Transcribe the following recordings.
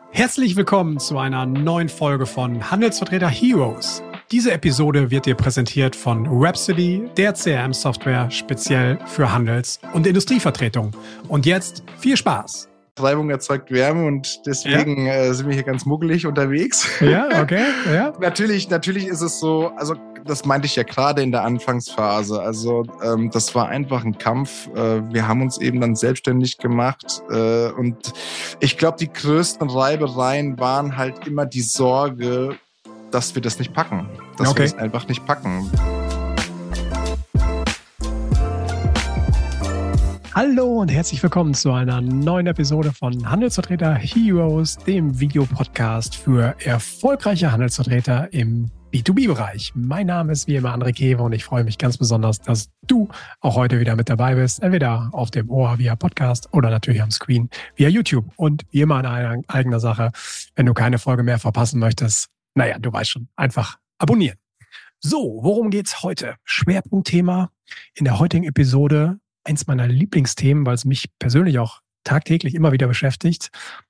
Herzlich willkommen zu einer neuen Folge von Handelsvertreter Heroes. Diese Episode wird dir präsentiert von Rhapsody, der CRM-Software speziell für Handels- und Industrievertretung. Und jetzt viel Spaß! Reibung erzeugt Wärme und deswegen sind wir hier ganz muckelig unterwegs. Ja, okay. Ja. Natürlich ist es so, also das meinte ich ja gerade in der Anfangsphase. Also das war einfach ein Kampf. Wir haben uns eben dann selbstständig gemacht und ich glaube, die größten Reibereien waren halt immer die Sorge, dass wir das nicht packen. Dass wir das einfach nicht packen. Hallo und herzlich willkommen zu einer neuen Episode von Handelsvertreter Heroes, dem Videopodcast für erfolgreiche Handelsvertreter im B2B-Bereich. Mein Name ist wie immer André Kewe und ich freue mich ganz besonders, dass du auch heute wieder mit dabei bist, entweder auf dem Ohr via Podcast oder natürlich am Screen via YouTube. Und wie immer in eigener Sache, wenn du keine Folge mehr verpassen möchtest, naja, du weißt schon, einfach abonnieren. So, worum geht's heute? Schwerpunktthema in der heutigen Episode, eins meiner Lieblingsthemen, weil es mich persönlich auch tagtäglich immer wieder beschäftigt,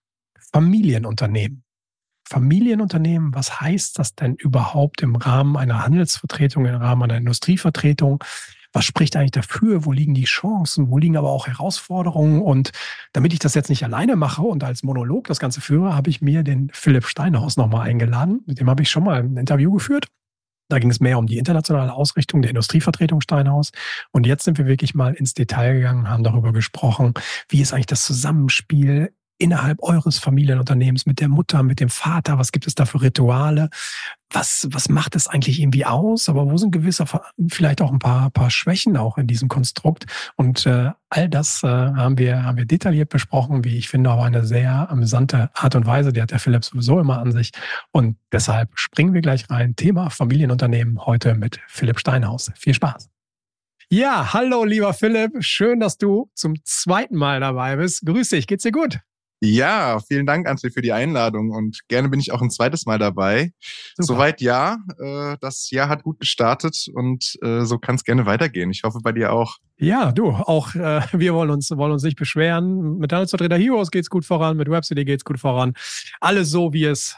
Familienunternehmen. Familienunternehmen, was heißt das denn überhaupt im Rahmen einer Handelsvertretung, im Rahmen einer Industrievertretung? Was spricht eigentlich dafür? Wo liegen die Chancen? Wo liegen aber auch Herausforderungen? Und damit ich das jetzt nicht alleine mache und als Monolog das Ganze führe, habe ich mir den Philipp Steinhaus nochmal eingeladen. Mit dem habe ich schon mal ein Interview geführt. Da ging es mehr um die internationale Ausrichtung der Industrievertretung Steinhaus. Und jetzt sind wir wirklich mal ins Detail gegangen, haben darüber gesprochen, wie ist eigentlich das Zusammenspiel innerhalb eures Familienunternehmens mit der Mutter, mit dem Vater? Was gibt es da für Rituale? Was macht es eigentlich irgendwie aus? Aber wo sind gewisse, vielleicht auch ein paar Schwächen auch in diesem Konstrukt? Und all das haben wir detailliert besprochen, wie ich finde, auf eine sehr amüsante Art und Weise. Die hat der Philipp sowieso immer an sich. Und deshalb springen wir gleich rein. Thema Familienunternehmen heute mit Philipp Steinhaus. Viel Spaß. Ja, hallo lieber Philipp. Schön, dass du zum zweiten Mal dabei bist. Grüß dich. Geht's dir gut? Ja, vielen Dank, André, für die Einladung und gerne bin ich auch ein zweites Mal dabei. Super. Soweit ja, das Jahr hat gut gestartet und so kann es gerne weitergehen. Ich hoffe bei dir auch. Ja, du, auch wir wollen uns nicht beschweren. Mit Handelsvertreter Heroes geht's gut voran, mit Rhapsody geht's gut voran. Alles so, wie es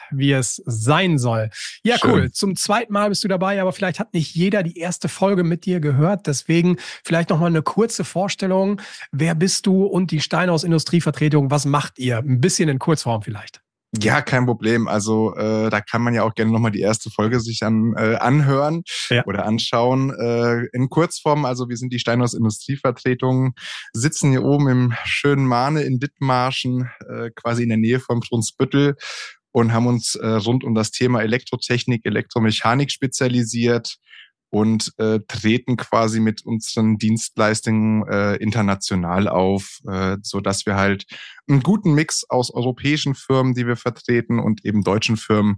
sein soll. Ja, schön. Cool. Zum zweiten Mal bist du dabei, aber vielleicht hat nicht jeder die erste Folge mit dir gehört. Deswegen vielleicht nochmal eine kurze Vorstellung. Wer bist du und die Steinhaus Industrievertretung? Was macht ihr? Ein bisschen in Kurzform vielleicht. Ja, kein Problem. Also da kann man ja auch gerne nochmal die erste Folge sich anhören oder anschauen. In Kurzform, also wir sind die Steinhaus Industrievertretung, sitzen hier oben im schönen Mahne in Dithmarschen, quasi in der Nähe von Brunsbüttel und haben uns rund um das Thema Elektrotechnik, Elektromechanik spezialisiert und treten quasi mit unseren Dienstleistungen international auf, so dass wir halt einen guten Mix aus europäischen Firmen, die wir vertreten, und eben deutschen Firmen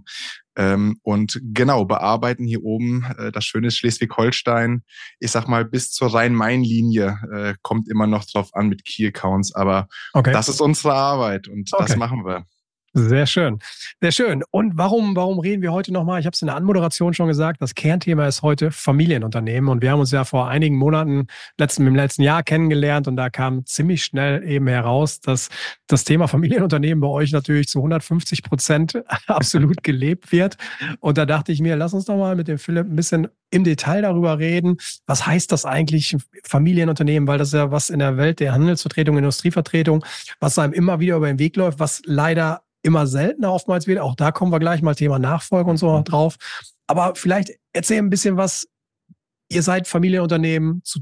und genau bearbeiten hier oben. Das Schöne ist Schleswig-Holstein. Ich sag mal, bis zur Rhein-Main-Linie kommt immer noch drauf an mit Key Accounts, aber das ist unsere Arbeit und das machen wir. Sehr schön, sehr schön. Und warum reden wir heute nochmal? Ich habe es in der Anmoderation schon gesagt, das Kernthema ist heute Familienunternehmen. Und wir haben uns ja vor einigen Monaten im letzten Jahr kennengelernt und da kam ziemlich schnell eben heraus, dass das Thema Familienunternehmen bei euch natürlich zu 150% absolut gelebt wird. Und da dachte ich mir, lass uns doch mal mit dem Philipp ein bisschen im Detail darüber reden. Was heißt das eigentlich, Familienunternehmen? Weil das ist ja was in der Welt der Handelsvertretung, Industrievertretung, was einem immer wieder über den Weg läuft, was leider immer seltener oftmals wird. Auch da kommen wir gleich mal Thema Nachfolge und so noch drauf. Aber vielleicht erzähl ein bisschen was. Ihr seid Familienunternehmen zu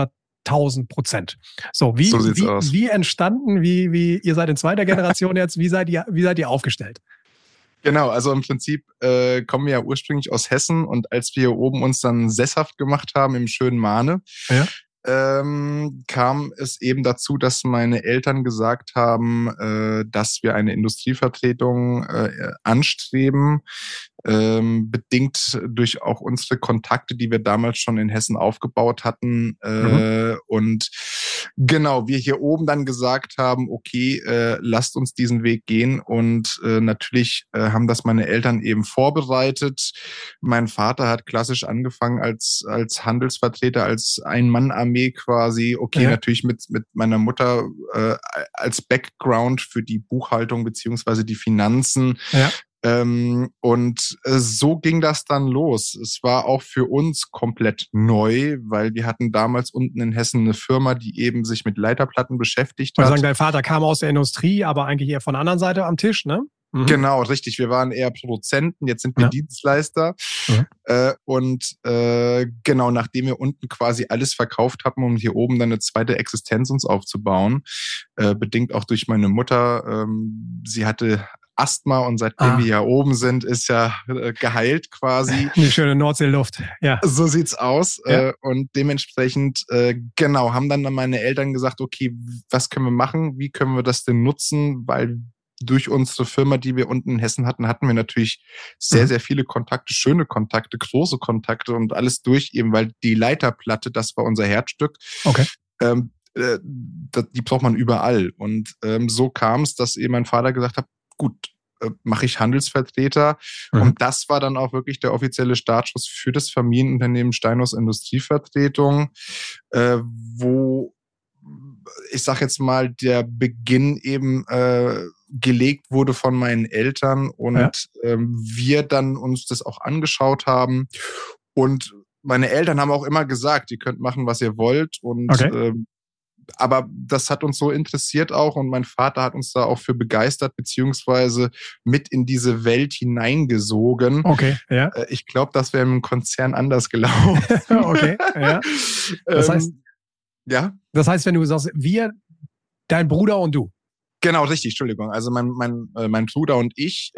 200.000%. So, wie entstanden? Wie ihr seid in zweiter Generation jetzt? Wie seid ihr aufgestellt? Genau, also im Prinzip kommen wir ja ursprünglich aus Hessen und als wir hier oben uns dann sesshaft gemacht haben im schönen Mahne, kam es eben dazu, dass meine Eltern gesagt haben, dass wir eine Industrievertretung anstreben, bedingt durch auch unsere Kontakte, die wir damals schon in Hessen aufgebaut hatten. Und Genau, wir hier oben dann gesagt haben, okay, lasst uns diesen Weg gehen und natürlich haben das meine Eltern eben vorbereitet. Mein Vater hat klassisch angefangen als Handelsvertreter, als Ein-Mann-Armee quasi. Okay, natürlich mit meiner Mutter als Background für die Buchhaltung beziehungsweise die Finanzen. Ja. Und so ging das dann los. Es war auch für uns komplett neu, weil wir hatten damals unten in Hessen eine Firma, die eben sich mit Leiterplatten beschäftigt hat. Ich sagen, dein Vater kam aus der Industrie, aber eigentlich eher von der anderen Seite am Tisch, ne? Mhm. Genau, richtig. Wir waren eher Produzenten, jetzt sind wir Dienstleister. Und genau, nachdem wir unten quasi alles verkauft hatten, um hier oben dann eine zweite Existenz uns aufzubauen, bedingt auch durch meine Mutter. Sie hatte Asthma und seitdem wir hier oben sind, ist ja geheilt quasi. Die schöne Nordseeluft, ja. So sieht's aus. Und dementsprechend, genau, haben dann meine Eltern gesagt, okay, was können wir machen? Wie können wir das denn nutzen? Weil durch unsere Firma, die wir unten in Hessen hatten, hatten wir natürlich sehr, sehr viele Kontakte, schöne Kontakte, große Kontakte und alles durch, eben weil die Leiterplatte, das war unser Herzstück. Okay. Die braucht man überall. Und so kam es, dass eben mein Vater gesagt hat, gut, mache ich Handelsvertreter. Und das war dann auch wirklich der offizielle Startschuss für das Familienunternehmen Steinhaus Industrievertretung, wo, ich sag jetzt mal, der Beginn eben gelegt wurde von meinen Eltern und wir dann uns das auch angeschaut haben. Und meine Eltern haben auch immer gesagt, ihr könnt machen, was ihr wollt. Und aber das hat uns so interessiert auch und mein Vater hat uns da auch für begeistert beziehungsweise mit in diese Welt hineingesogen. Okay, ja. Ich glaube, das wäre im Konzern anders gelaufen. Okay, ja. Das heißt, ja. Das heißt, wenn du sagst, wir, dein Bruder und du. Genau, richtig, Entschuldigung. Also mein Bruder und ich,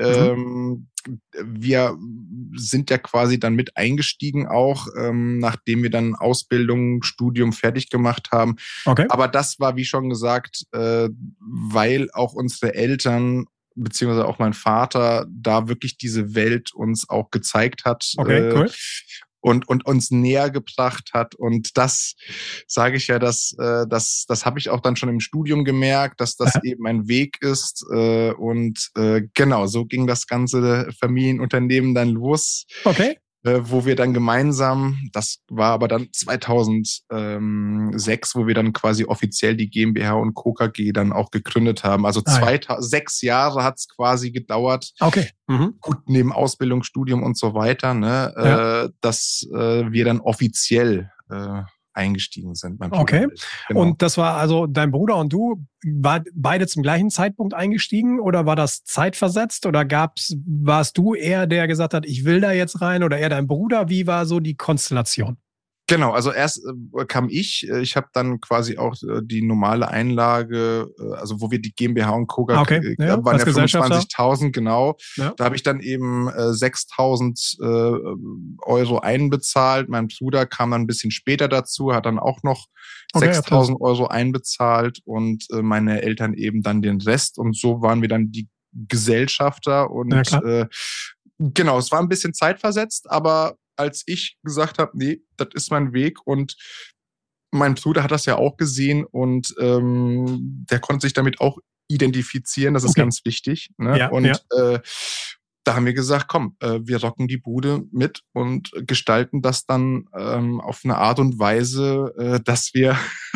wir sind ja quasi dann mit eingestiegen auch, nachdem wir dann Ausbildung, Studium fertig gemacht haben. Okay. Aber das war, wie schon gesagt, weil auch unsere Eltern beziehungsweise auch mein Vater da wirklich diese Welt uns auch gezeigt hat. Okay, cool. Und uns näher gebracht hat. Und das sage ich ja, das habe ich auch dann schon im Studium gemerkt, dass das eben ein Weg ist. Und genau, so ging das ganze Familienunternehmen dann los. Okay. Wo wir dann gemeinsam, das war aber dann 2006, wo wir dann quasi offiziell die GmbH und Co. KG dann auch gegründet haben. Also 6 Jahre hat es quasi gedauert. Okay. Gut, neben Ausbildung, Studium und so weiter, ne, dass wir dann offiziell eingestiegen sind. Okay. Genau. Und das war also dein Bruder und du, war beide zum gleichen Zeitpunkt eingestiegen oder war das zeitversetzt oder warst du eher der gesagt hat, ich will da jetzt rein oder eher dein Bruder? Wie war so die Konstellation? Genau, also erst kam ich habe dann quasi auch die normale Einlage, also wo wir die GmbH und Co. waren ja 25.000, genau. Ja. Da habe ich dann eben 6.000 Euro einbezahlt. Mein Bruder kam dann ein bisschen später dazu, hat dann auch noch 6.000 Euro einbezahlt und meine Eltern eben dann den Rest. Und so waren wir dann die Gesellschafter. Und genau, es war ein bisschen zeitversetzt, aber als ich gesagt habe, nee, das ist mein Weg und mein Bruder hat das ja auch gesehen und der konnte sich damit auch identifizieren, das ist ganz wichtig. Ne? Ja, und da haben wir gesagt, komm, wir rocken die Bude mit und gestalten das dann auf eine Art und Weise, dass wir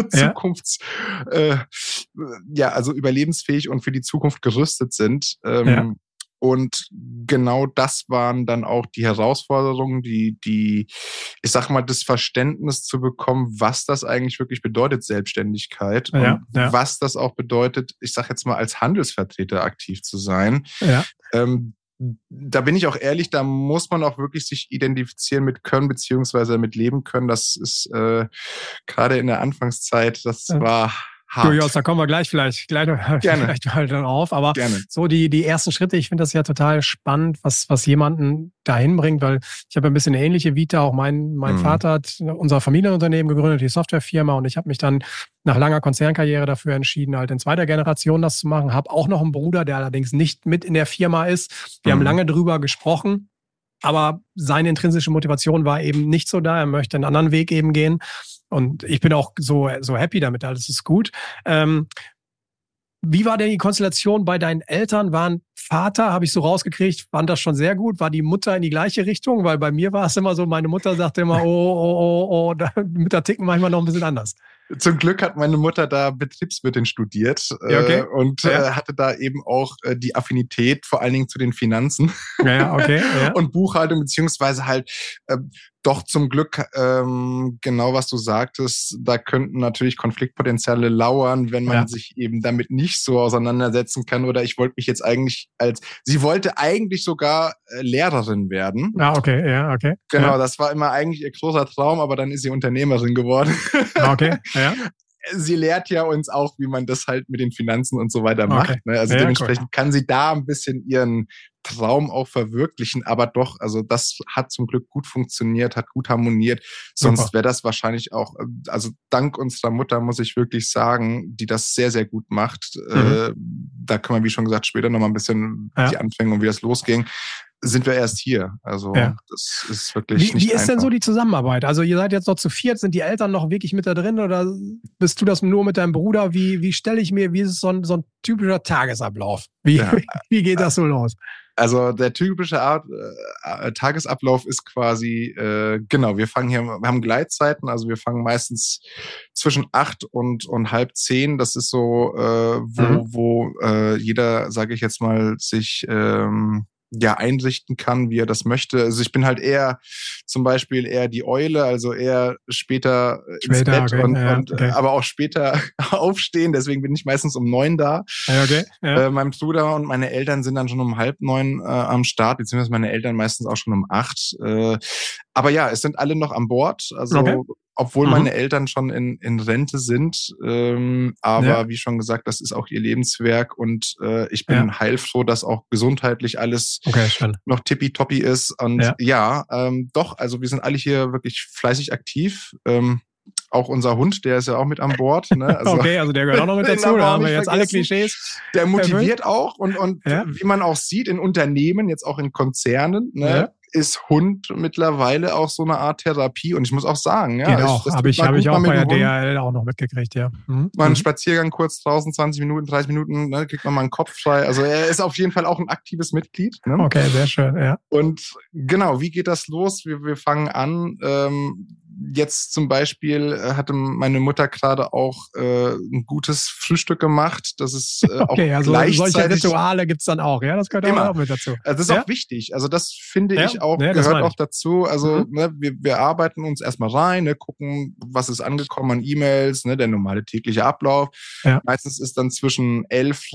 also überlebensfähig und für die Zukunft gerüstet sind. Und genau das waren dann auch die Herausforderungen, die, ich sag mal, das Verständnis zu bekommen, was das eigentlich wirklich bedeutet, Selbstständigkeit und was das auch bedeutet, ich sag jetzt mal, als Handelsvertreter aktiv zu sein. Ja. Da bin ich auch ehrlich, da muss man auch wirklich sich identifizieren mit können, beziehungsweise mit leben können. Das ist gerade in der Anfangszeit, das war hart. Durchaus, da kommen wir gleich vielleicht mal drauf. Aber so die ersten Schritte, ich finde das ja total spannend, was jemanden dahin bringt, weil ich habe ein bisschen eine ähnliche Vita. Auch mein Vater hat unser Familienunternehmen gegründet, die Softwarefirma, und ich habe mich dann nach langer Konzernkarriere dafür entschieden, halt in zweiter Generation das zu machen. Habe auch noch einen Bruder, der allerdings nicht mit in der Firma ist. Wir haben lange drüber gesprochen, aber seine intrinsische Motivation war eben nicht so da. Er möchte einen anderen Weg eben gehen. Und ich bin auch so happy damit, alles ist gut. Wie war denn die Konstellation bei deinen Eltern? Waren Vater, habe ich so rausgekriegt, fand das schon sehr gut? War die Mutter in die gleiche Richtung? Weil bei mir war es immer so, meine Mutter sagte immer, oh, Mütter ticken manchmal noch ein bisschen anders. Zum Glück hat meine Mutter da Betriebswirtin studiert Ja, okay. und hatte da eben auch die Affinität vor allen Dingen zu den Finanzen Ja, okay. Ja. und Buchhaltung, beziehungsweise halt doch zum Glück, genau was du sagtest, da könnten natürlich Konfliktpotenziale lauern, wenn man sich eben damit nicht so auseinandersetzen kann. Oder ich wollte mich jetzt eigentlich sie wollte eigentlich sogar Lehrerin werden. Ah, okay, ja, okay. Genau, das war immer eigentlich ihr großer Traum, aber dann ist sie Unternehmerin geworden. Okay, ja. Sie lehrt ja uns auch, wie man das halt mit den Finanzen und so weiter macht. Ne? Also dementsprechend kann sie da ein bisschen ihren Traum auch verwirklichen, aber doch, also das hat zum Glück gut funktioniert, hat gut harmoniert. Sonst wäre das wahrscheinlich auch, also dank unserer Mutter muss ich wirklich sagen, die das sehr, sehr gut macht. Da können wir, wie schon gesagt, später nochmal ein bisschen die Anfänge und wie das losging. Sind wir erst hier. Also das ist wirklich nicht Wie ist einfach. denn so die Zusammenarbeit? Also ihr seid jetzt noch zu viert, sind die Eltern noch wirklich mit da drin oder bist du das nur mit deinem Bruder? Wie stelle ich mir, wie ist so ein typischer Tagesablauf? Wie geht das so los? Also der typische Tagesablauf ist quasi, genau, wir haben Gleitzeiten, also wir fangen meistens zwischen 8 und halb 10. Das ist so, wo jeder, sage ich jetzt mal, sich einrichten kann, wie er das möchte. Also ich bin halt zum Beispiel eher die Eule, also eher später ins Bett aber auch später aufstehen. Deswegen bin ich meistens um 9 da. Mein Bruder und meine Eltern sind dann schon um 8:30 am Start, beziehungsweise meine Eltern meistens auch schon um 8. Aber ja, es sind alle noch an Bord. Also obwohl meine Eltern schon in Rente sind. Aber wie schon gesagt, das ist auch ihr Lebenswerk und ich bin heilfroh, dass auch gesundheitlich alles noch tippitoppi ist. Und doch, also wir sind alle hier wirklich fleißig aktiv. Auch unser Hund, der ist ja auch mit an Bord. Ne? Also, also der gehört auch noch mit dazu. Da haben wir jetzt alle Klischees. Der motiviert auch und wie man auch sieht in Unternehmen, jetzt auch in Konzernen, ne, ist Hund mittlerweile auch so eine Art Therapie. Und ich muss auch sagen, geht auch. Habe ich auch bei der DHL auch noch mitgekriegt, ja. Mal einen Spaziergang kurz draußen, 20 Minuten, 30 Minuten, ne, kriegt man mal einen Kopf frei. Also er ist auf jeden Fall auch ein aktives Mitglied. Ne? Okay, sehr schön, ja. Und genau, wie geht das los? Wir fangen an. Jetzt zum Beispiel hatte meine Mutter gerade auch ein gutes Frühstück gemacht. Das ist auch gleichzeitig. Solche Rituale gibt's dann auch, ja? Das gehört immer auch mit dazu. Also das ist auch wichtig. Also das finde ich auch, gehört auch dazu. Also ne, wir arbeiten uns erstmal rein, ne, gucken, was ist angekommen an E-Mails, ne, der normale tägliche Ablauf. Meistens ist dann zwischen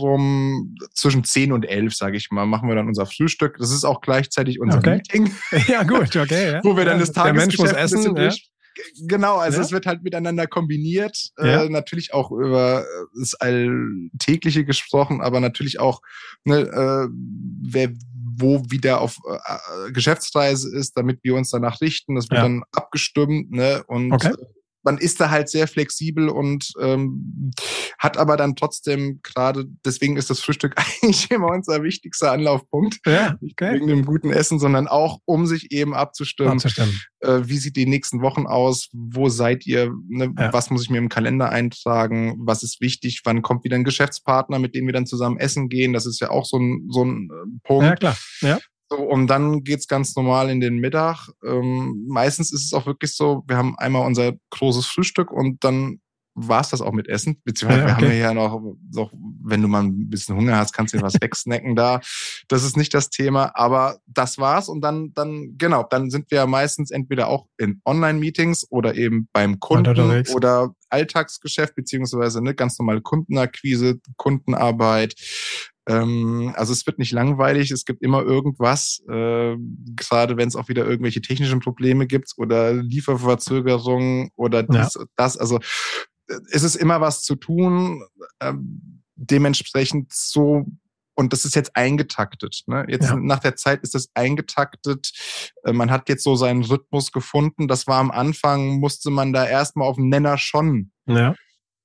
10 und 11, sage ich mal, machen wir dann unser Frühstück. Das ist auch gleichzeitig unser Meeting. Ja gut, okay. Ja. Wo wir dann das Tagesgeschäft ein bisschen durch. Genau, also es wird halt miteinander kombiniert, natürlich auch über das Alltägliche gesprochen, aber natürlich auch, ne, wer wo wieder auf Geschäftsreise ist, damit wir uns danach richten. Das wird dann abgestimmt, ne, und man ist da halt sehr flexibel und hat aber dann trotzdem gerade, deswegen ist das Frühstück eigentlich immer unser wichtigster Anlaufpunkt. Nicht wegen dem guten Essen, sondern auch, um sich eben abzustimmen. Wie sieht die nächsten Wochen aus? Wo seid ihr? Ne? Was muss ich mir im Kalender eintragen? Was ist wichtig? Wann kommt wieder ein Geschäftspartner, mit dem wir dann zusammen essen gehen? Das ist ja auch so ein Punkt. Ja, klar. Ja. So, und dann geht's ganz normal in den Mittag. Meistens ist es auch wirklich so, wir haben einmal unser großes Frühstück und dann war's das auch mit Essen. Beziehungsweise wir haben ja noch, wenn du mal ein bisschen Hunger hast, kannst du dir was wegsnacken da. Das ist nicht das Thema, aber das war's. Und dann sind wir meistens entweder auch in Online-Meetings oder eben beim Kunden oder Alltagsgeschäft, beziehungsweise eine ganz normale Kundenakquise, Kundenarbeit. Also es wird nicht langweilig, es gibt immer irgendwas, gerade wenn es auch wieder irgendwelche technischen Probleme gibt oder Lieferverzögerungen oder dies und das. Also es ist immer was zu tun, dementsprechend so, und das ist jetzt eingetaktet. Ne? Jetzt nach der Zeit ist das eingetaktet. Man hat jetzt so seinen Rhythmus gefunden. Das war am Anfang, musste man da erstmal auf den Nenner schon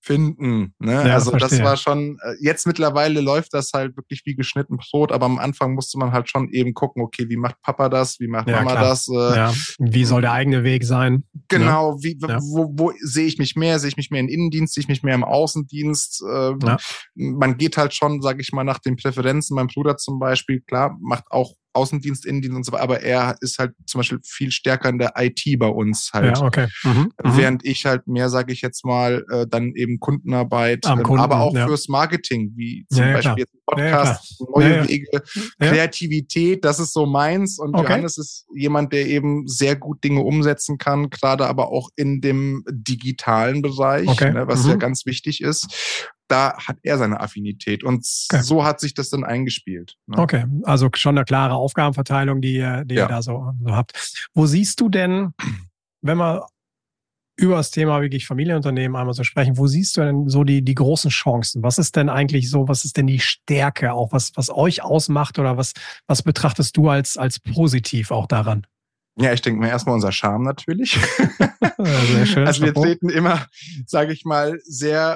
finden. Ne? Ja, also verstehe. das war schon, jetzt mittlerweile läuft das halt wirklich wie geschnitten Brot, aber am Anfang musste man halt schon eben gucken, okay, wie macht Papa das, wie macht Mama klar. das? Wie soll der eigene Weg sein? Genau, Ne? wo sehe ich mich mehr? Sehe ich mich mehr im Innendienst, sehe ich mich mehr im Außendienst? Man geht halt schon, sage ich mal, nach den Präferenzen. Mein Bruder zum Beispiel, klar, macht auch Außendienst, Innendienst und so weiter, aber er ist halt zum Beispiel viel stärker in der IT bei uns halt. Ja, okay. Während ich halt mehr, sage ich jetzt mal, dann eben Kundenarbeit, Kunden, aber auch fürs Marketing, wie zum Beispiel klar. jetzt Podcast, neue Wege, Kreativität, das ist so meins. Und Johannes ist jemand, der eben sehr gut Dinge umsetzen kann, gerade aber auch in dem digitalen Bereich, was ja ganz wichtig ist. Da hat er seine Affinität und so hat sich das dann eingespielt. Ne? Okay, also schon eine klare Aufgabenverteilung, die ihr da so habt. Wo siehst du denn, wenn wir über das Thema wirklich Familienunternehmen einmal so sprechen, wo siehst du denn so die großen Chancen? Was ist denn eigentlich so, was ist denn die Stärke auch, was euch ausmacht oder was betrachtest du als positiv auch daran? Ja, ich denke mir erstmal unser Charme natürlich. Sehr schön. Also wir treten immer, sage ich mal, sehr,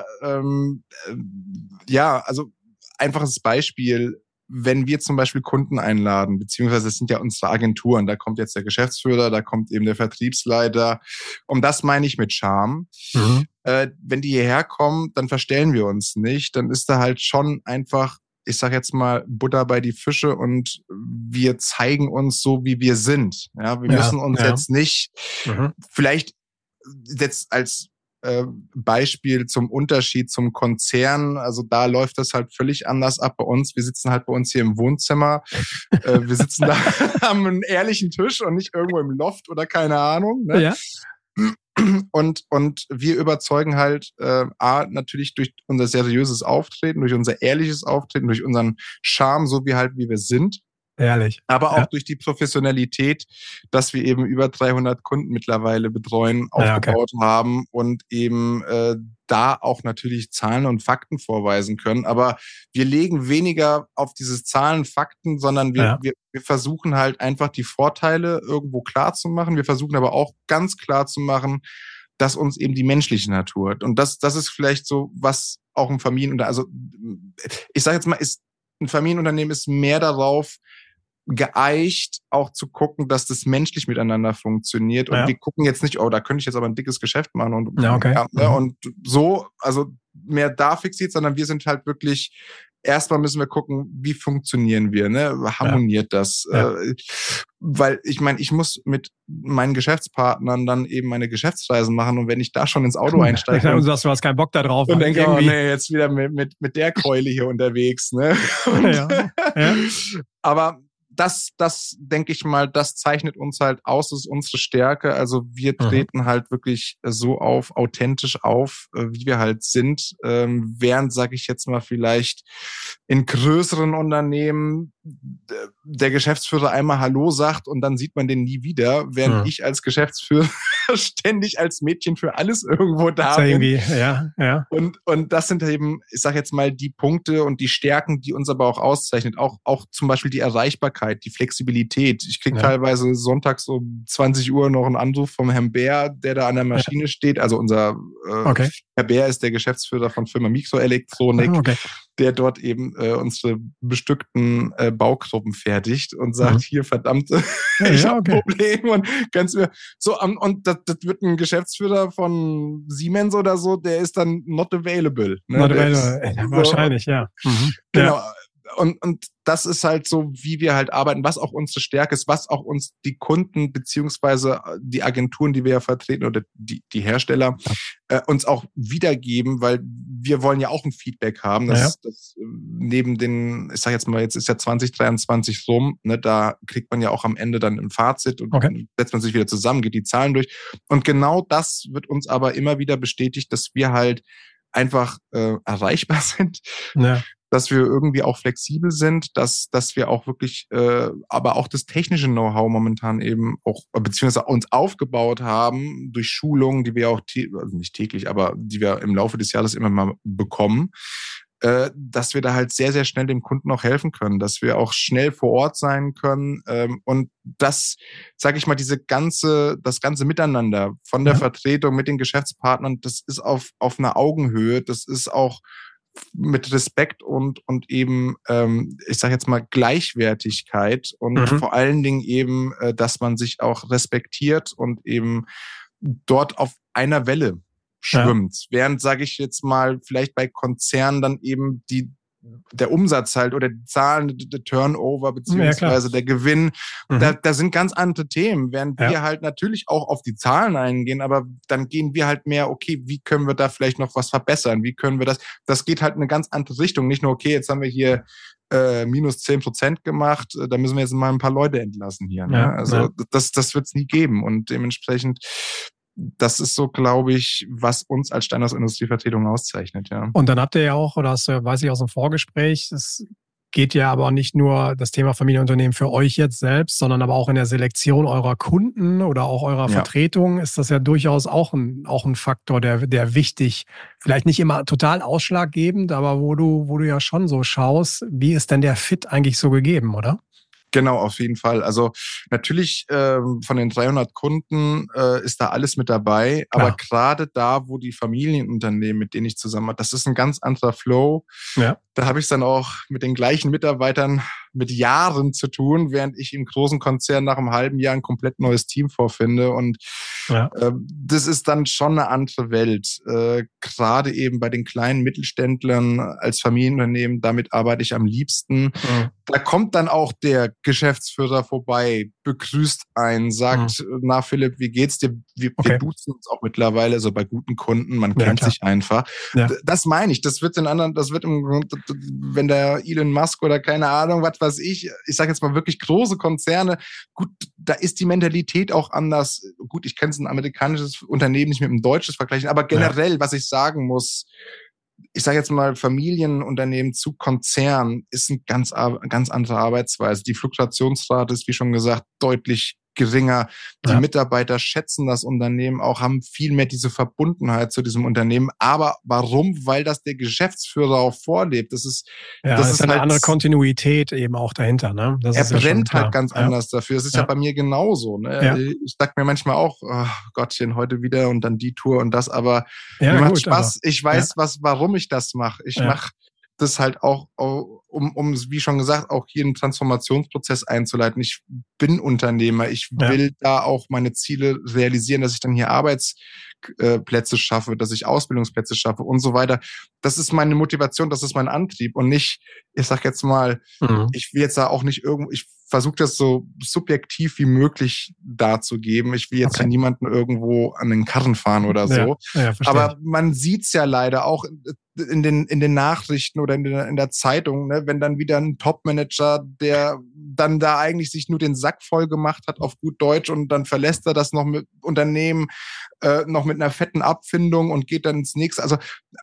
also einfaches Beispiel, wenn wir zum Beispiel Kunden einladen, beziehungsweise das sind ja unsere Agenturen, da kommt jetzt der Geschäftsführer, da kommt eben der Vertriebsleiter, das meine ich mit Charme. Wenn die hierher kommen, dann verstellen wir uns nicht, dann ist da halt schon einfach, ich sage jetzt mal, Butter bei die Fische und wir zeigen uns so, wie wir sind. Ja, wir müssen uns jetzt nicht, vielleicht jetzt als Beispiel zum Unterschied zum Konzern, also da läuft das halt völlig anders ab bei uns. Wir sitzen halt bei uns hier im Wohnzimmer. Wir sitzen da am einen ehrlichen Tisch und nicht irgendwo im Loft oder keine Ahnung. Ne? Ja. Und wir überzeugen halt natürlich durch unser seriöses Auftreten, durch unser ehrliches Auftreten, durch unseren Charme, so wie wir sind. Ehrlich. Aber auch durch die Professionalität, dass wir eben über 300 Kunden mittlerweile betreuen, aufgebaut haben und eben da auch natürlich Zahlen und Fakten vorweisen können. Aber wir legen weniger auf dieses Zahlen, Fakten, sondern wir versuchen halt einfach die Vorteile irgendwo klar zu machen. Wir versuchen aber auch ganz klar zu machen, dass uns eben die menschliche Natur, und das ist vielleicht so, was auch ein Familienunternehmen, also ich sage jetzt mal, ein Familienunternehmen ist mehr darauf geeicht, auch zu gucken, dass das menschlich miteinander funktioniert. Und wir gucken jetzt nicht, da könnte ich jetzt aber ein dickes Geschäft machen und und so, also mehr da fixiert, sondern wir sind halt wirklich, erstmal müssen wir gucken, wie funktionieren wir, ne? Harmoniert das? Weil ich meine, ich muss mit meinen Geschäftspartnern dann eben meine Geschäftsreisen machen und wenn ich da schon ins Auto einsteige und sagst, du hast keinen Bock da drauf und denke, jetzt wieder mit der Keule hier unterwegs, ne? Aber das denke ich mal, das zeichnet uns halt aus, das ist unsere Stärke. Also wir treten halt wirklich so authentisch auf, wie wir halt sind. Während, sage ich jetzt mal, vielleicht in größeren Unternehmen der Geschäftsführer einmal Hallo sagt und dann sieht man den nie wieder, während ich als Geschäftsführer ständig als Mädchen für alles irgendwo da bin. Und das sind eben, ich sage jetzt mal, die Punkte und die Stärken, die uns aber auch auszeichnet. Auch zum Beispiel die Erreichbarkeit, die Flexibilität. Ich kriege teilweise sonntags um 20 Uhr noch einen Anruf vom Herrn Bär, der da an der Maschine steht. Also unser Herr Bär ist der Geschäftsführer von Firma Mikroelektronik, der dort eben unsere bestückten Baugruppen fertigt und sagt, hier verdammt, ich habe ein Problem und kannst mir so, und das wird ein Geschäftsführer von Siemens oder so, der ist dann not available. Ne? Not available, wahrscheinlich, Genau. Und das ist halt so, wie wir halt arbeiten, was auch unsere Stärke ist, was auch uns die Kunden beziehungsweise die Agenturen, die wir ja vertreten oder die Hersteller uns auch wiedergeben, weil wir wollen ja auch ein Feedback haben. Das neben den, ich sag jetzt mal, jetzt ist ja 2023 rum, ne, da kriegt man ja auch am Ende dann ein Fazit und setzt man sich wieder zusammen, geht die Zahlen durch. Und genau das wird uns aber immer wieder bestätigt, dass wir halt einfach erreichbar sind. Dass wir irgendwie auch flexibel sind, dass wir auch wirklich, aber auch das technische Know-how momentan eben auch, beziehungsweise uns aufgebaut haben durch Schulungen, die wir auch, also nicht täglich, aber die wir im Laufe des Jahres immer mal bekommen, dass wir da halt sehr, sehr schnell dem Kunden auch helfen können, dass wir auch schnell vor Ort sein können. Und das, sage ich mal, das ganze Miteinander von der Vertretung mit den Geschäftspartnern, das ist auf einer Augenhöhe, das ist auch mit Respekt und eben, ich sage jetzt mal, Gleichwertigkeit und vor allen Dingen eben, dass man sich auch respektiert und eben dort auf einer Welle schwimmt. Während, sage ich jetzt mal, vielleicht bei Konzernen dann eben der Umsatz halt oder die Zahlen, der Turnover beziehungsweise der Gewinn, da sind ganz andere Themen, während wir halt natürlich auch auf die Zahlen eingehen, aber dann gehen wir halt mehr, okay, wie können wir da vielleicht noch was verbessern? Wie können wir das geht halt in eine ganz andere Richtung. Nicht nur, okay, jetzt haben wir hier minus 10% gemacht, da müssen wir jetzt mal ein paar Leute entlassen hier. Ne? Also das wird es nie geben und dementsprechend das ist so, glaube ich, was uns als Steinhaus Industrievertretung auszeichnet, ja. Und dann habt ihr ja auch, oder das weiß ich aus dem Vorgespräch, es geht ja aber nicht nur das Thema Familienunternehmen für euch jetzt selbst, sondern aber auch in der Selektion eurer Kunden oder auch eurer Vertretung ist das ja durchaus auch ein Faktor, der wichtig, vielleicht nicht immer total ausschlaggebend, aber wo du ja schon so schaust, wie ist denn der Fit eigentlich so gegeben, oder? Genau, auf jeden Fall. Also natürlich von den 300 Kunden ist da alles mit dabei, aber gerade da, wo die Familienunternehmen, mit denen ich zusammen habe, das ist ein ganz anderer Flow. Ja. Da habe ich es dann auch mit den gleichen Mitarbeitern mit Jahren zu tun, während ich im großen Konzern nach einem halben Jahr ein komplett neues Team vorfinde. Und das ist dann schon eine andere Welt. Gerade eben bei den kleinen Mittelständlern als Familienunternehmen, damit arbeite ich am liebsten. Mhm. Da kommt dann auch der Geschäftsführer vorbei, begrüßt einen, sagt, na Philipp, wie geht's dir? Wir duzen uns auch mittlerweile, also bei guten Kunden, man kennt sich einfach. Ja. Das meine ich, das wird wenn der Elon Musk oder keine Ahnung, was weiß ich sage jetzt mal wirklich große Konzerne, gut, da ist die Mentalität auch anders. Gut, ich kann es ein amerikanisches Unternehmen nicht mit einem deutsches vergleichen, aber generell, was ich sagen muss, ich sage jetzt mal, Familienunternehmen zu Konzern ist eine ganz andere Arbeitsweise. Die Fluktuationsrate ist, wie schon gesagt, deutlich geringer. Die Mitarbeiter schätzen das Unternehmen auch, haben viel mehr diese Verbundenheit zu diesem Unternehmen. Aber warum? Weil das der Geschäftsführer auch vorlebt. Das ist eine halt andere Kontinuität eben auch dahinter. Ne? Er brennt halt ganz anders dafür. Das ist ja bei mir genauso. Ne? Ja. Ich sag mir manchmal auch, oh Gottchen, heute wieder und dann die Tour und das. Aber mir macht Spaß. Ich weiß, warum ich das mache. Ich mache das halt auch, um, wie schon gesagt, auch hier einen Transformationsprozess einzuleiten. Ich bin Unternehmer. Ich will da auch meine Ziele realisieren, dass ich dann hier Arbeitsplätze schaffe, dass ich Ausbildungsplätze schaffe und so weiter. Das ist meine Motivation, das ist mein Antrieb und nicht, ich sag jetzt mal, ich will jetzt da auch nicht ich versuche das so subjektiv wie möglich darzugeben. Ich will jetzt hier niemanden irgendwo an den Karren fahren oder so. Ja, aber man sieht's ja leider auch in den Nachrichten oder in der Zeitung, ne, wenn dann wieder ein Top-Manager, der dann da eigentlich sich nur den Sack voll gemacht hat auf gut Deutsch und dann verlässt er das noch mit Unternehmen, noch mit einer fetten Abfindung und geht dann ins nächste. Also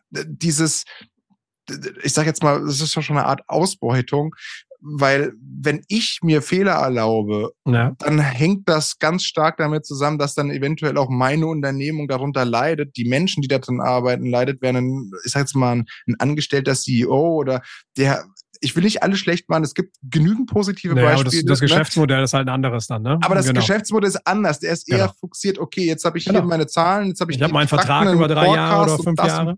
ich sage jetzt mal, das ist schon eine Art Ausbeutung, weil wenn ich mir Fehler erlaube, dann hängt das ganz stark damit zusammen, dass dann eventuell auch meine Unternehmung darunter leidet, die Menschen, die da drin arbeiten, leidet, während ich sage jetzt mal ein angestellter CEO oder ich will nicht alles schlecht machen, es gibt genügend positive Beispiele. Aber das Geschäftsmodell ist halt ein anderes dann, ne? Aber das Geschäftsmodell ist anders. Der ist eher fokussiert, okay, jetzt habe ich hier meine Zahlen, jetzt habe ich meinen Vertrag über 3 Jahre oder 5 Jahre.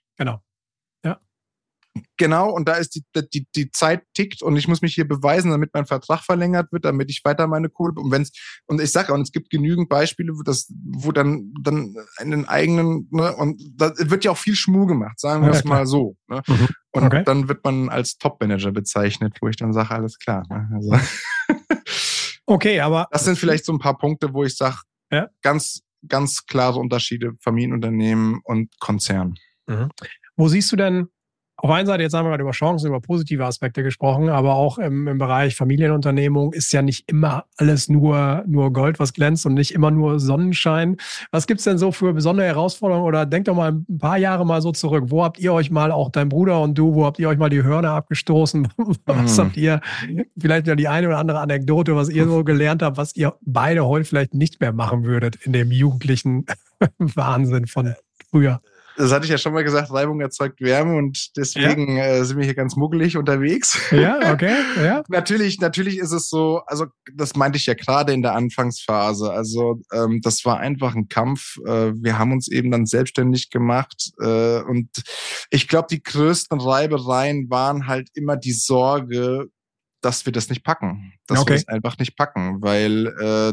Genau, und da ist die Zeit tickt und ich muss mich hier beweisen, damit mein Vertrag verlängert wird, damit ich weiter meine Kohle. Und ich sage auch, es gibt genügend Beispiele, wo dann in den eigenen, ne, und da wird ja auch viel Schmuh gemacht, sagen wir es mal so. Ne? Und dann wird man als Top-Manager bezeichnet, wo ich dann sage, alles klar. Ne? Also okay, aber das sind vielleicht so ein paar Punkte, wo ich sage, ganz, ganz klare Unterschiede, Familienunternehmen und Konzern. Wo siehst du denn auf einer Seite, jetzt haben wir gerade über Chancen, über positive Aspekte gesprochen, aber auch im Bereich Familienunternehmung ist ja nicht immer alles nur Gold, was glänzt und nicht immer nur Sonnenschein. Was gibt's denn so für besondere Herausforderungen? Oder denkt doch mal ein paar Jahre mal so zurück. Wo habt ihr euch mal, auch dein Bruder und du, wo habt ihr euch mal die Hörner abgestoßen? Was habt ihr, vielleicht ja die eine oder andere Anekdote, was ihr so gelernt habt, was ihr beide heute vielleicht nicht mehr machen würdet in dem jugendlichen Wahnsinn von früher? Das hatte ich ja schon mal gesagt, Reibung erzeugt Wärme und deswegen sind wir hier ganz muggelig unterwegs. Ja, okay, ja. Natürlich ist es so, also das meinte ich ja gerade in der Anfangsphase, also das war einfach ein Kampf. Wir haben uns eben dann selbstständig gemacht und ich glaube, die größten Reibereien waren halt immer die Sorge, dass wir das nicht packen, dass wir es einfach nicht packen, weil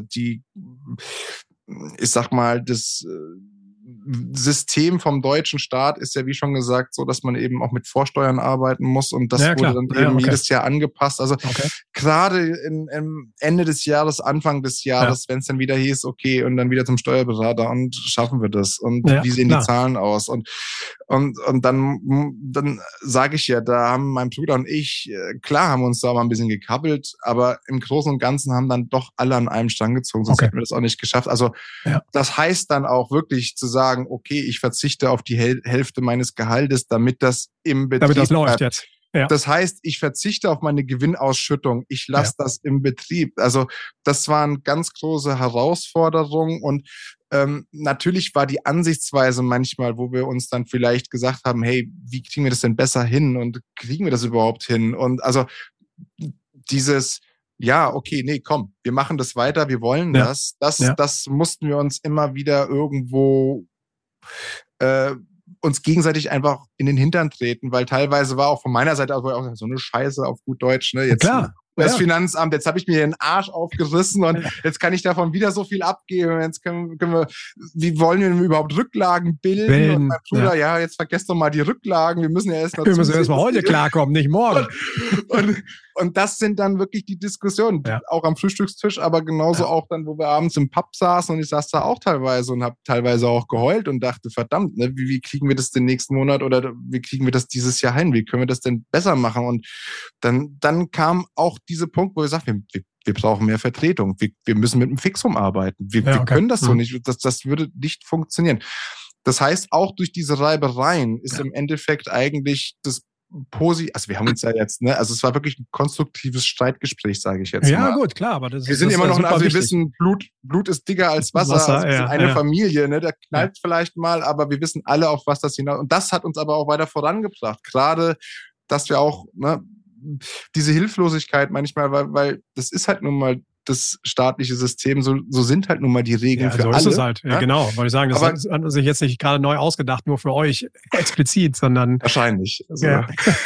ich sag mal, das System vom deutschen Staat ist ja, wie schon gesagt, so, dass man eben auch mit Vorsteuern arbeiten muss und das wurde dann eben jedes Jahr angepasst. Also gerade im Ende des Jahres, Anfang des Jahres, wenn es dann wieder hieß, okay, und dann wieder zum Steuerberater und schaffen wir das und wie sehen die Zahlen aus und dann sage ich ja, da haben mein Bruder und ich, klar haben wir uns da mal ein bisschen gekabbelt, aber im Großen und Ganzen haben dann doch alle an einem Strang gezogen, sonst hätten wir das auch nicht geschafft. Also das heißt dann auch wirklich zu sagen, okay, ich verzichte auf die Hälfte meines Gehaltes, damit das im Betrieb damit das läuft jetzt. Ja. Das heißt, ich verzichte auf meine Gewinnausschüttung. Ich lasse das im Betrieb. Also das war eine ganz große Herausforderung und natürlich war die Ansichtsweise manchmal, wo wir uns dann vielleicht gesagt haben, hey, wie kriegen wir das denn besser hin und kriegen wir das überhaupt hin? Und also dieses nee, komm, wir machen das weiter, wir wollen das. Das mussten wir uns immer wieder irgendwo uns gegenseitig einfach in den Hintern treten, weil teilweise war auch von meiner Seite auch so eine Scheiße auf gut Deutsch, ne? Jetzt das Finanzamt, jetzt habe ich mir den Arsch aufgerissen und jetzt kann ich davon wieder so viel abgeben. Jetzt können wir, wie wollen wir denn überhaupt Rücklagen bilden? Und mein Bruder, jetzt vergesst doch mal die Rücklagen. Wir müssen ja erst mal heute klarkommen, nicht morgen. Und das sind dann wirklich die Diskussionen, auch am Frühstückstisch, aber genauso auch dann, wo wir abends im Pub saßen und ich saß da auch teilweise und habe teilweise auch geheult und dachte, verdammt, ne, wie kriegen wir das den nächsten Monat oder wie kriegen wir das dieses Jahr hin? Wie können wir das denn besser machen? Und dann kam auch dieser Punkt, wo wir sagten, wir brauchen mehr Vertretung. Wir müssen mit einem Fixum arbeiten. Wir können das so nicht. Das würde nicht funktionieren. Das heißt, auch durch diese Reibereien ist im Endeffekt eigentlich das also wir haben uns ja jetzt, ne, also es war wirklich ein konstruktives Streitgespräch, sage ich jetzt mal. Ja, gut, klar, aber wir sind immer noch, also wir wissen, Blut ist dicker als Wasser, also wir sind eine Familie, ne, der knallt vielleicht mal, aber wir wissen alle, auf was das hinaus, und das hat uns aber auch weiter vorangebracht, gerade, dass wir auch, ne, diese Hilflosigkeit manchmal, weil das ist halt nun mal das staatliche System, so sind halt nun mal die Regeln für alle. So ist es halt, genau, wollte ich sagen, das hat sich jetzt nicht gerade neu ausgedacht, nur für euch explizit, sondern... Wahrscheinlich. Also.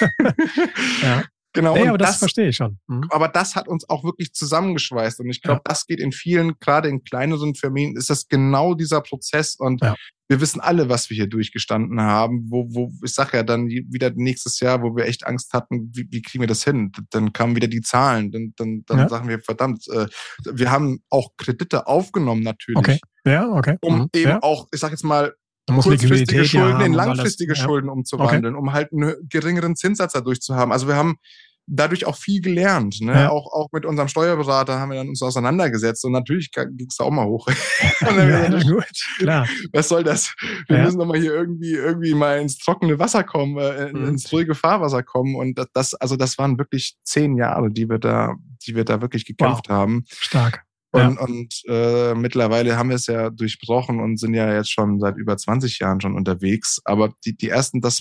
Genau. Nee, aber das verstehe ich schon. Aber das hat uns auch wirklich zusammengeschweißt. Und ich glaube, das geht in vielen, gerade in kleineren Familien, ist das genau dieser Prozess. Und wir wissen alle, was wir hier durchgestanden haben. Wo ich sage ja dann wieder nächstes Jahr, wo wir echt Angst hatten, wie kriegen wir das hin? Dann kamen wieder die Zahlen. Dann sagen wir, verdammt, wir haben auch Kredite aufgenommen natürlich. Um eben auch, ich sage jetzt mal, kurzfristige Schulden in langfristige Schulden umzuwandeln, um halt einen geringeren Zinssatz dadurch zu haben. Also wir haben dadurch auch viel gelernt. Ne? Auch mit unserem Steuerberater haben wir dann uns auseinandergesetzt und natürlich ging es da auch mal hoch. Gut, klar. Was soll das? Wir müssen doch mal hier irgendwie mal ins trockene Wasser kommen, ins ruhige Fahrwasser kommen. Und das waren wirklich 10 Jahre, die wir da wirklich gekämpft haben. Stark. Und mittlerweile haben wir es ja durchbrochen und sind ja jetzt schon seit über 20 Jahren schon unterwegs. Aber die ersten, das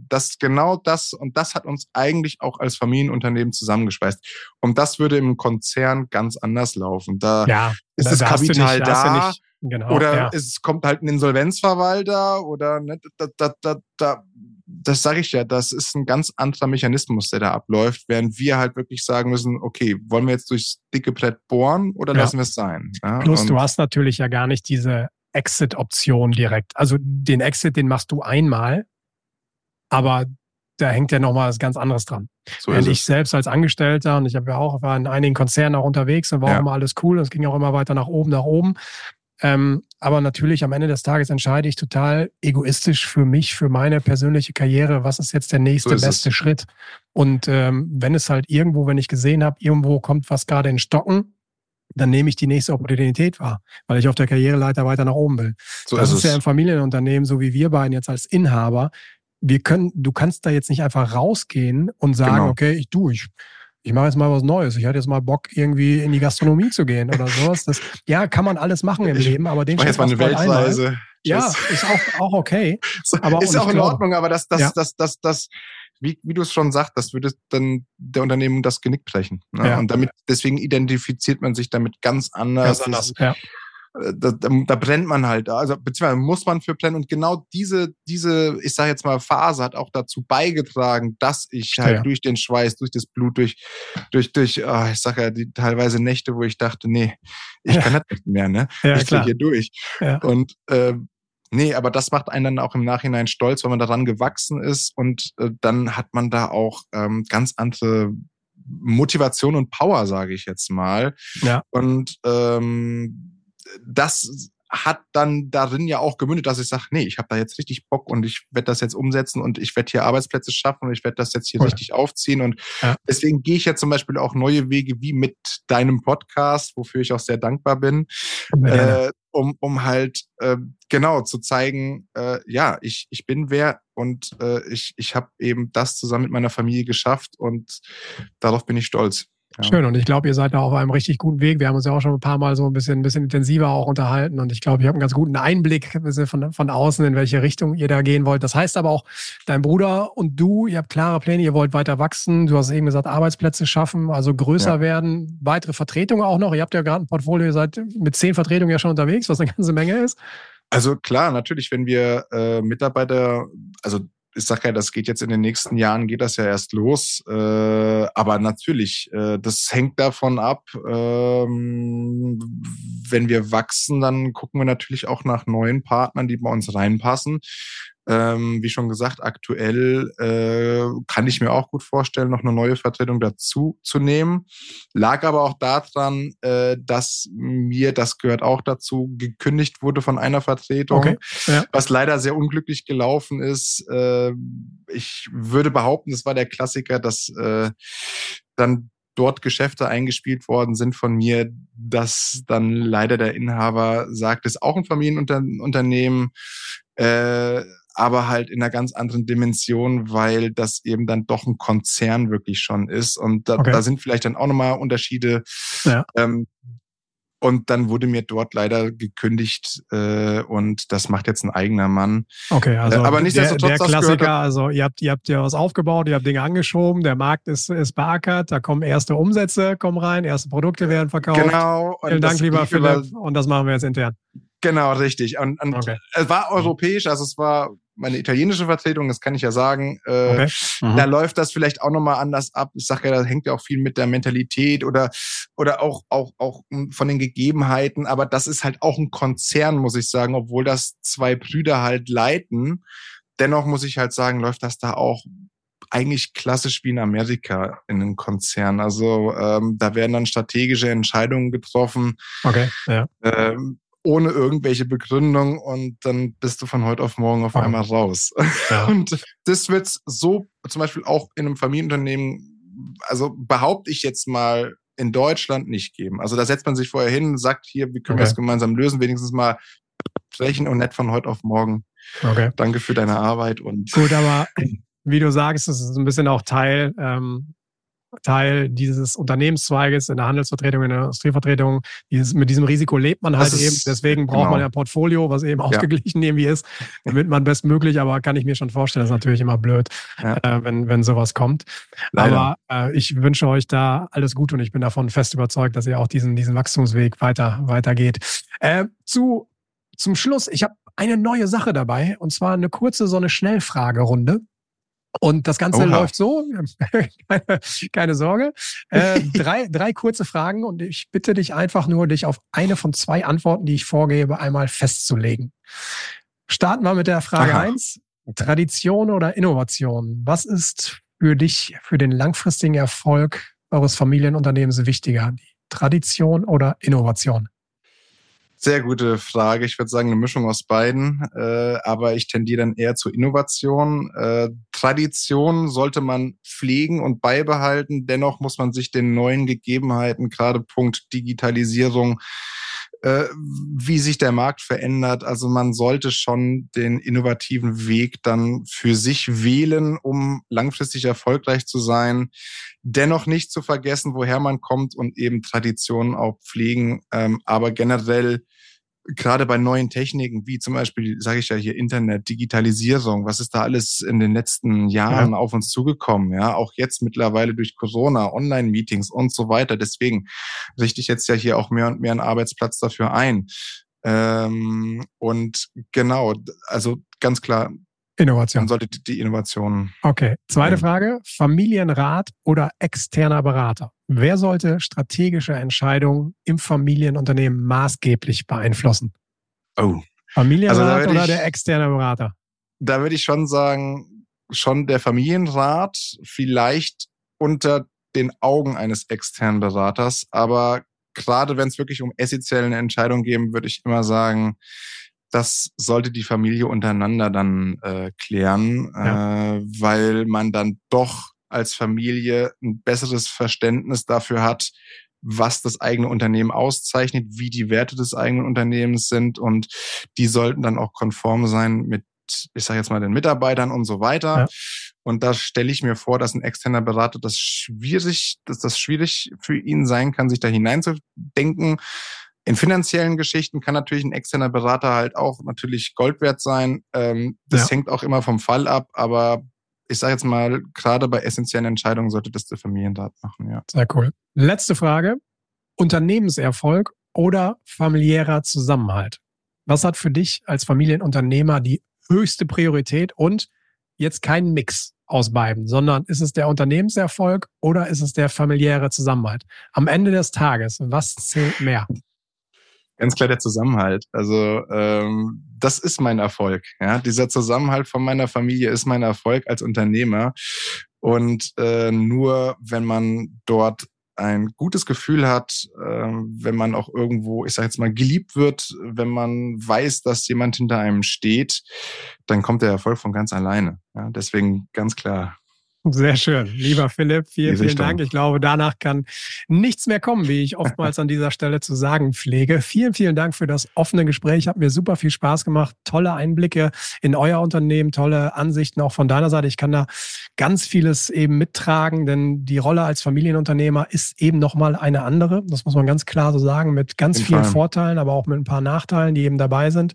hat uns eigentlich auch als Familienunternehmen zusammengeschweißt. Und das würde im Konzern ganz anders laufen. Da ist das Kapital da. Oder es kommt halt ein Insolvenzverwalter oder ne, das sage ich ja, das ist ein ganz anderer Mechanismus, der da abläuft, während wir halt wirklich sagen müssen, okay, wollen wir jetzt durchs dicke Brett bohren oder lassen wir es sein? Ja? Plus du hast natürlich ja gar nicht diese Exit-Option direkt. Also den Exit, den machst du einmal, aber da hängt ja nochmal was ganz anderes dran. So ist ich selbst als Angestellter, und ich war in einigen Konzernen auch unterwegs und war auch immer alles cool und es ging auch immer weiter nach oben. Aber natürlich am Ende des Tages entscheide ich total egoistisch für mich, für meine persönliche Karriere, was ist jetzt der nächste beste Schritt. Und wenn es halt wenn ich gesehen habe, irgendwo kommt was gerade in Stocken, dann nehme ich die nächste Opportunität wahr, weil ich auf der Karriereleiter weiter nach oben will. Das ist ja im Familienunternehmen, so wie wir beiden jetzt als Inhaber. Du kannst da jetzt nicht einfach rausgehen und sagen, okay, ich mache jetzt mal was Neues. Ich hatte jetzt mal Bock, irgendwie in die Gastronomie zu gehen oder sowas. Das kann man alles machen im Leben, aber den Schritt jetzt mal eine Weltreise. Ja, ist auch okay. Aber ist auch in Ordnung, aber das wie du es schon sagst, das würde dann der Unternehmung das Genick brechen. Ne? Ja. Und deswegen identifiziert man sich damit ganz anders. Da brennt man halt, also beziehungsweise muss man für brennen. Und genau diese, ich sage jetzt mal, Phase hat auch dazu beigetragen, dass ich halt durch den Schweiß, durch das Blut, durch ich sage ja, die teilweise Nächte, wo ich dachte, nee, ich kann das nicht mehr, ne? Ich kriege hier durch. Ja. Und nee, aber das macht einen dann auch im Nachhinein stolz, wenn man daran gewachsen ist und dann hat man da auch ganz andere Motivation und Power, sage ich jetzt mal. Ja. Und das hat dann darin ja auch gemündet, dass ich sage, nee, ich habe da jetzt richtig Bock und ich werde das jetzt umsetzen und ich werde hier Arbeitsplätze schaffen und ich werde das jetzt hier richtig aufziehen. Und deswegen gehe ich jetzt zum Beispiel auch neue Wege wie mit deinem Podcast, wofür ich auch sehr dankbar bin, um halt genau zu zeigen, ich bin wer und ich habe eben das zusammen mit meiner Familie geschafft und darauf bin ich stolz. Ja. Schön. Und ich glaube, ihr seid da auf einem richtig guten Weg. Wir haben uns ja auch schon ein paar Mal so ein bisschen intensiver auch unterhalten. Und ich glaube, ich habe einen ganz guten Einblick von außen, in welche Richtung ihr da gehen wollt. Das heißt aber auch, dein Bruder und du, ihr habt klare Pläne, ihr wollt weiter wachsen. Du hast eben gesagt, Arbeitsplätze schaffen, also größer werden, weitere Vertretungen auch noch. Ihr habt ja gerade ein Portfolio, ihr seid mit 10 Vertretungen ja schon unterwegs, was eine ganze Menge ist. Also klar, natürlich, wenn wir Mitarbeiter, also ich sage ja, das geht jetzt in den nächsten Jahren, geht das ja erst los. Aber natürlich, das hängt davon ab, wenn wir wachsen, dann gucken wir natürlich auch nach neuen Partnern, die bei uns reinpassen. Wie schon gesagt, aktuell kann ich mir auch gut vorstellen, noch eine neue Vertretung dazu zu nehmen. Lag aber auch daran, dass mir, das gehört auch dazu, gekündigt wurde von einer Vertretung, was leider sehr unglücklich gelaufen ist. Ich würde behaupten, das war der Klassiker, dass dann dort Geschäfte eingespielt worden sind von mir, dass dann leider der Inhaber sagt, es ist auch ein Familienunternehmen, aber halt in einer ganz anderen Dimension, weil das eben dann doch ein Konzern wirklich schon ist. Und da sind vielleicht dann auch nochmal Unterschiede. Ja. Und dann wurde mir dort leider gekündigt und das macht jetzt ein eigener Mann. Okay, also aber nichtsdestotrotz, der Klassiker, also ihr habt ja was aufgebaut, ihr habt Dinge angeschoben, der Markt ist beackert, da kommen erste Umsätze rein, erste Produkte werden verkauft. Genau. Vielen Dank, lieber Philipp, und das machen wir jetzt intern. Genau, richtig. Und es war europäisch, also es war meine italienische Vertretung, das kann ich ja sagen. Da läuft das vielleicht auch nochmal anders ab. Ich sage ja, da hängt ja auch viel mit der Mentalität oder auch von den Gegebenheiten. Aber das ist halt auch ein Konzern, muss ich sagen, obwohl das 2 Brüder halt leiten. Dennoch muss ich halt sagen, läuft das da auch eigentlich klassisch wie in Amerika in einem Konzern. Also da werden dann strategische Entscheidungen getroffen. Ohne irgendwelche Begründung und dann bist du von heute auf morgen auf einmal raus. Ja. Und das wird so zum Beispiel auch in einem Familienunternehmen, also behaupte ich jetzt mal, in Deutschland nicht geben. Also da setzt man sich vorher hin und sagt, hier, wie können wir das gemeinsam lösen, wenigstens mal sprechen und nicht von heute auf morgen. Danke für deine Arbeit. Und gut, aber wie du sagst, es ist ein bisschen auch Teil dieses Unternehmenszweiges in der Handelsvertretung, in der Industrievertretung. Mit diesem Risiko lebt man halt eben. Deswegen braucht man ja ein Portfolio, was eben ausgeglichen irgendwie ist, damit man bestmöglich, aber kann ich mir schon vorstellen, das ist natürlich immer blöd, wenn sowas kommt. Leider. Aber ich wünsche euch da alles Gute und ich bin davon fest überzeugt, dass ihr auch diesen Wachstumsweg weitergeht. Zum Schluss, ich habe eine neue Sache dabei und zwar eine kurze, so eine Schnellfragerunde. Und das Ganze läuft so, keine Sorge. 3 kurze Fragen und ich bitte dich einfach nur, dich auf eine von 2 Antworten, die ich vorgebe, einmal festzulegen. Starten wir mit der Frage 1. Tradition oder Innovation? Was ist für dich, für den langfristigen Erfolg eures Familienunternehmens wichtiger? Die Tradition oder Innovation? Sehr gute Frage. Ich würde sagen, eine Mischung aus beiden. Aber ich tendiere dann eher zur Innovation. Tradition sollte man pflegen und beibehalten. Dennoch muss man sich den neuen Gegebenheiten, gerade Punkt Digitalisierung, wie sich der Markt verändert. Also man sollte schon den innovativen Weg dann für sich wählen, um langfristig erfolgreich zu sein. Dennoch nicht zu vergessen, woher man kommt und eben Traditionen auch pflegen. Aber generell gerade bei neuen Techniken, wie zum Beispiel, sage ich ja hier, Internet, Digitalisierung, was ist da alles in den letzten Jahren auf uns zugekommen? Ja, auch jetzt mittlerweile durch Corona, Online-Meetings und so weiter. Deswegen richte ich jetzt ja hier auch mehr und mehr einen Arbeitsplatz dafür ein. Und genau, also ganz klar, Innovation. man sollte die Innovation. Okay, zweite Frage. Familienrat oder externer Berater? Wer sollte strategische Entscheidungen im Familienunternehmen maßgeblich beeinflussen? Oh. Familienrat oder der externe Berater? Da würde ich schon sagen, schon der Familienrat, vielleicht unter den Augen eines externen Beraters. Aber gerade wenn es wirklich um essentielle Entscheidungen geht, würde ich immer sagen, das sollte die Familie untereinander dann klären, weil man dann doch als Familie ein besseres Verständnis dafür hat, was das eigene Unternehmen auszeichnet, wie die Werte des eigenen Unternehmens sind, und die sollten dann auch konform sein mit, ich sage jetzt mal, den Mitarbeitern und so weiter. Ja. Und da stelle ich mir vor, dass ein externer Berater das schwierig für ihn sein kann, sich da hineinzudenken. In finanziellen Geschichten kann natürlich ein externer Berater halt auch natürlich Gold wert sein. Das hängt auch immer vom Fall ab, aber ich sage jetzt mal, gerade bei essentiellen Entscheidungen sollte das der Familienrat machen. Ja. Sehr cool. Letzte Frage. Unternehmenserfolg oder familiärer Zusammenhalt? Was hat für dich als Familienunternehmer die höchste Priorität und jetzt kein Mix aus beiden, sondern ist es der Unternehmenserfolg oder ist es der familiäre Zusammenhalt? Am Ende des Tages, was zählt mehr? Ganz klar der Zusammenhalt. Also das ist mein Erfolg. Ja, dieser Zusammenhalt von meiner Familie ist mein Erfolg als Unternehmer. Und nur wenn man dort ein gutes Gefühl hat, wenn man auch irgendwo, ich sage jetzt mal, geliebt wird, wenn man weiß, dass jemand hinter einem steht, dann kommt der Erfolg von ganz alleine. Ja, deswegen ganz klar. Sehr schön. Lieber Philipp, vielen Dank. Ich glaube, danach kann nichts mehr kommen, wie ich oftmals an dieser Stelle zu sagen pflege. Vielen Dank für das offene Gespräch. Hat mir super viel Spaß gemacht. Tolle Einblicke in euer Unternehmen, tolle Ansichten auch von deiner Seite. Ich kann da ganz vieles eben mittragen, denn die Rolle als Familienunternehmer ist eben nochmal eine andere. Das muss man ganz klar so sagen, mit ganz vielen Vorteilen, aber auch mit ein paar Nachteilen, die eben dabei sind.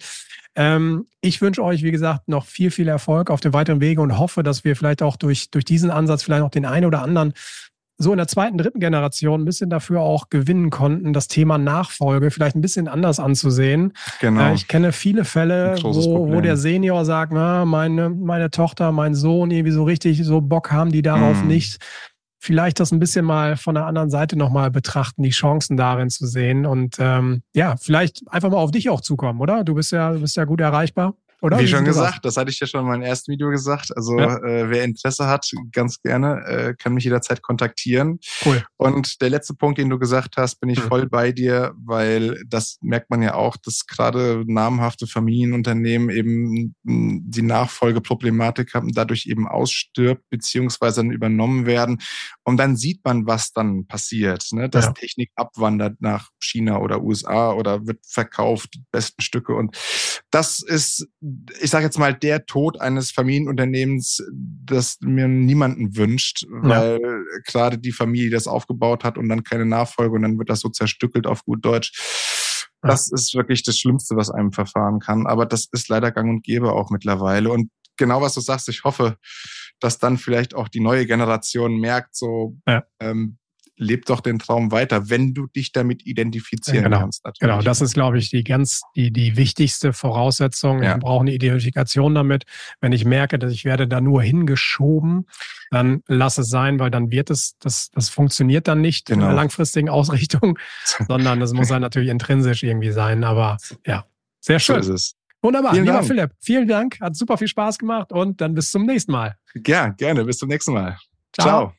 Ich wünsche euch, wie gesagt, noch viel Erfolg auf dem weiteren Wege und hoffe, dass wir vielleicht auch durch diesen Ansatz vielleicht noch den einen oder anderen so in der zweiten, dritten Generation ein bisschen dafür auch gewinnen konnten, das Thema Nachfolge vielleicht ein bisschen anders anzusehen. Genau. Ich kenne viele Fälle, wo der Senior sagt, meine Tochter, mein Sohn, irgendwie so richtig so Bock haben die darauf nicht. Vielleicht das ein bisschen mal von der anderen Seite nochmal betrachten, die Chancen darin zu sehen und vielleicht einfach mal auf dich auch zukommen, oder? Du bist ja gut erreichbar. Oder? Wie schon gesagt, das hatte ich ja schon in meinem ersten Video gesagt. Also wer Interesse hat, ganz gerne, kann mich jederzeit kontaktieren. Cool. Und der letzte Punkt, den du gesagt hast, bin ich voll bei dir, weil das merkt man ja auch, dass gerade namhafte Familienunternehmen eben die Nachfolgeproblematik haben, dadurch eben ausstirbt, beziehungsweise dann übernommen werden. Und dann sieht man, was dann passiert, ne? Dass Technik abwandert nach China oder USA oder wird verkauft, die besten Stücke. Und das ist, ich sage jetzt mal, der Tod eines Familienunternehmens, das mir niemanden wünscht, weil gerade die Familie das aufgebaut hat und dann keine Nachfolge und dann wird das so zerstückelt auf gut Deutsch. Das ist wirklich das Schlimmste, was einem verfahren kann. Aber das ist leider gang und gäbe auch mittlerweile. Und genau, was du sagst, ich hoffe, dass dann vielleicht auch die neue Generation merkt, so lebt doch den Traum weiter, wenn du dich damit identifizieren kannst. Natürlich. Genau, das ist, glaube ich, die wichtigste Voraussetzung. Ich brauche eine Identifikation damit. Wenn ich merke, dass ich werde da nur hingeschoben, dann lass es sein, weil dann wird das funktioniert dann nicht in einer langfristigen Ausrichtung, sondern das muss dann natürlich intrinsisch irgendwie sein. Aber ja, sehr schön. So ist es. Wunderbar. Lieber Philipp, vielen Dank. Hat super viel Spaß gemacht und dann bis zum nächsten Mal. Ja, gerne. Bis zum nächsten Mal. Ciao.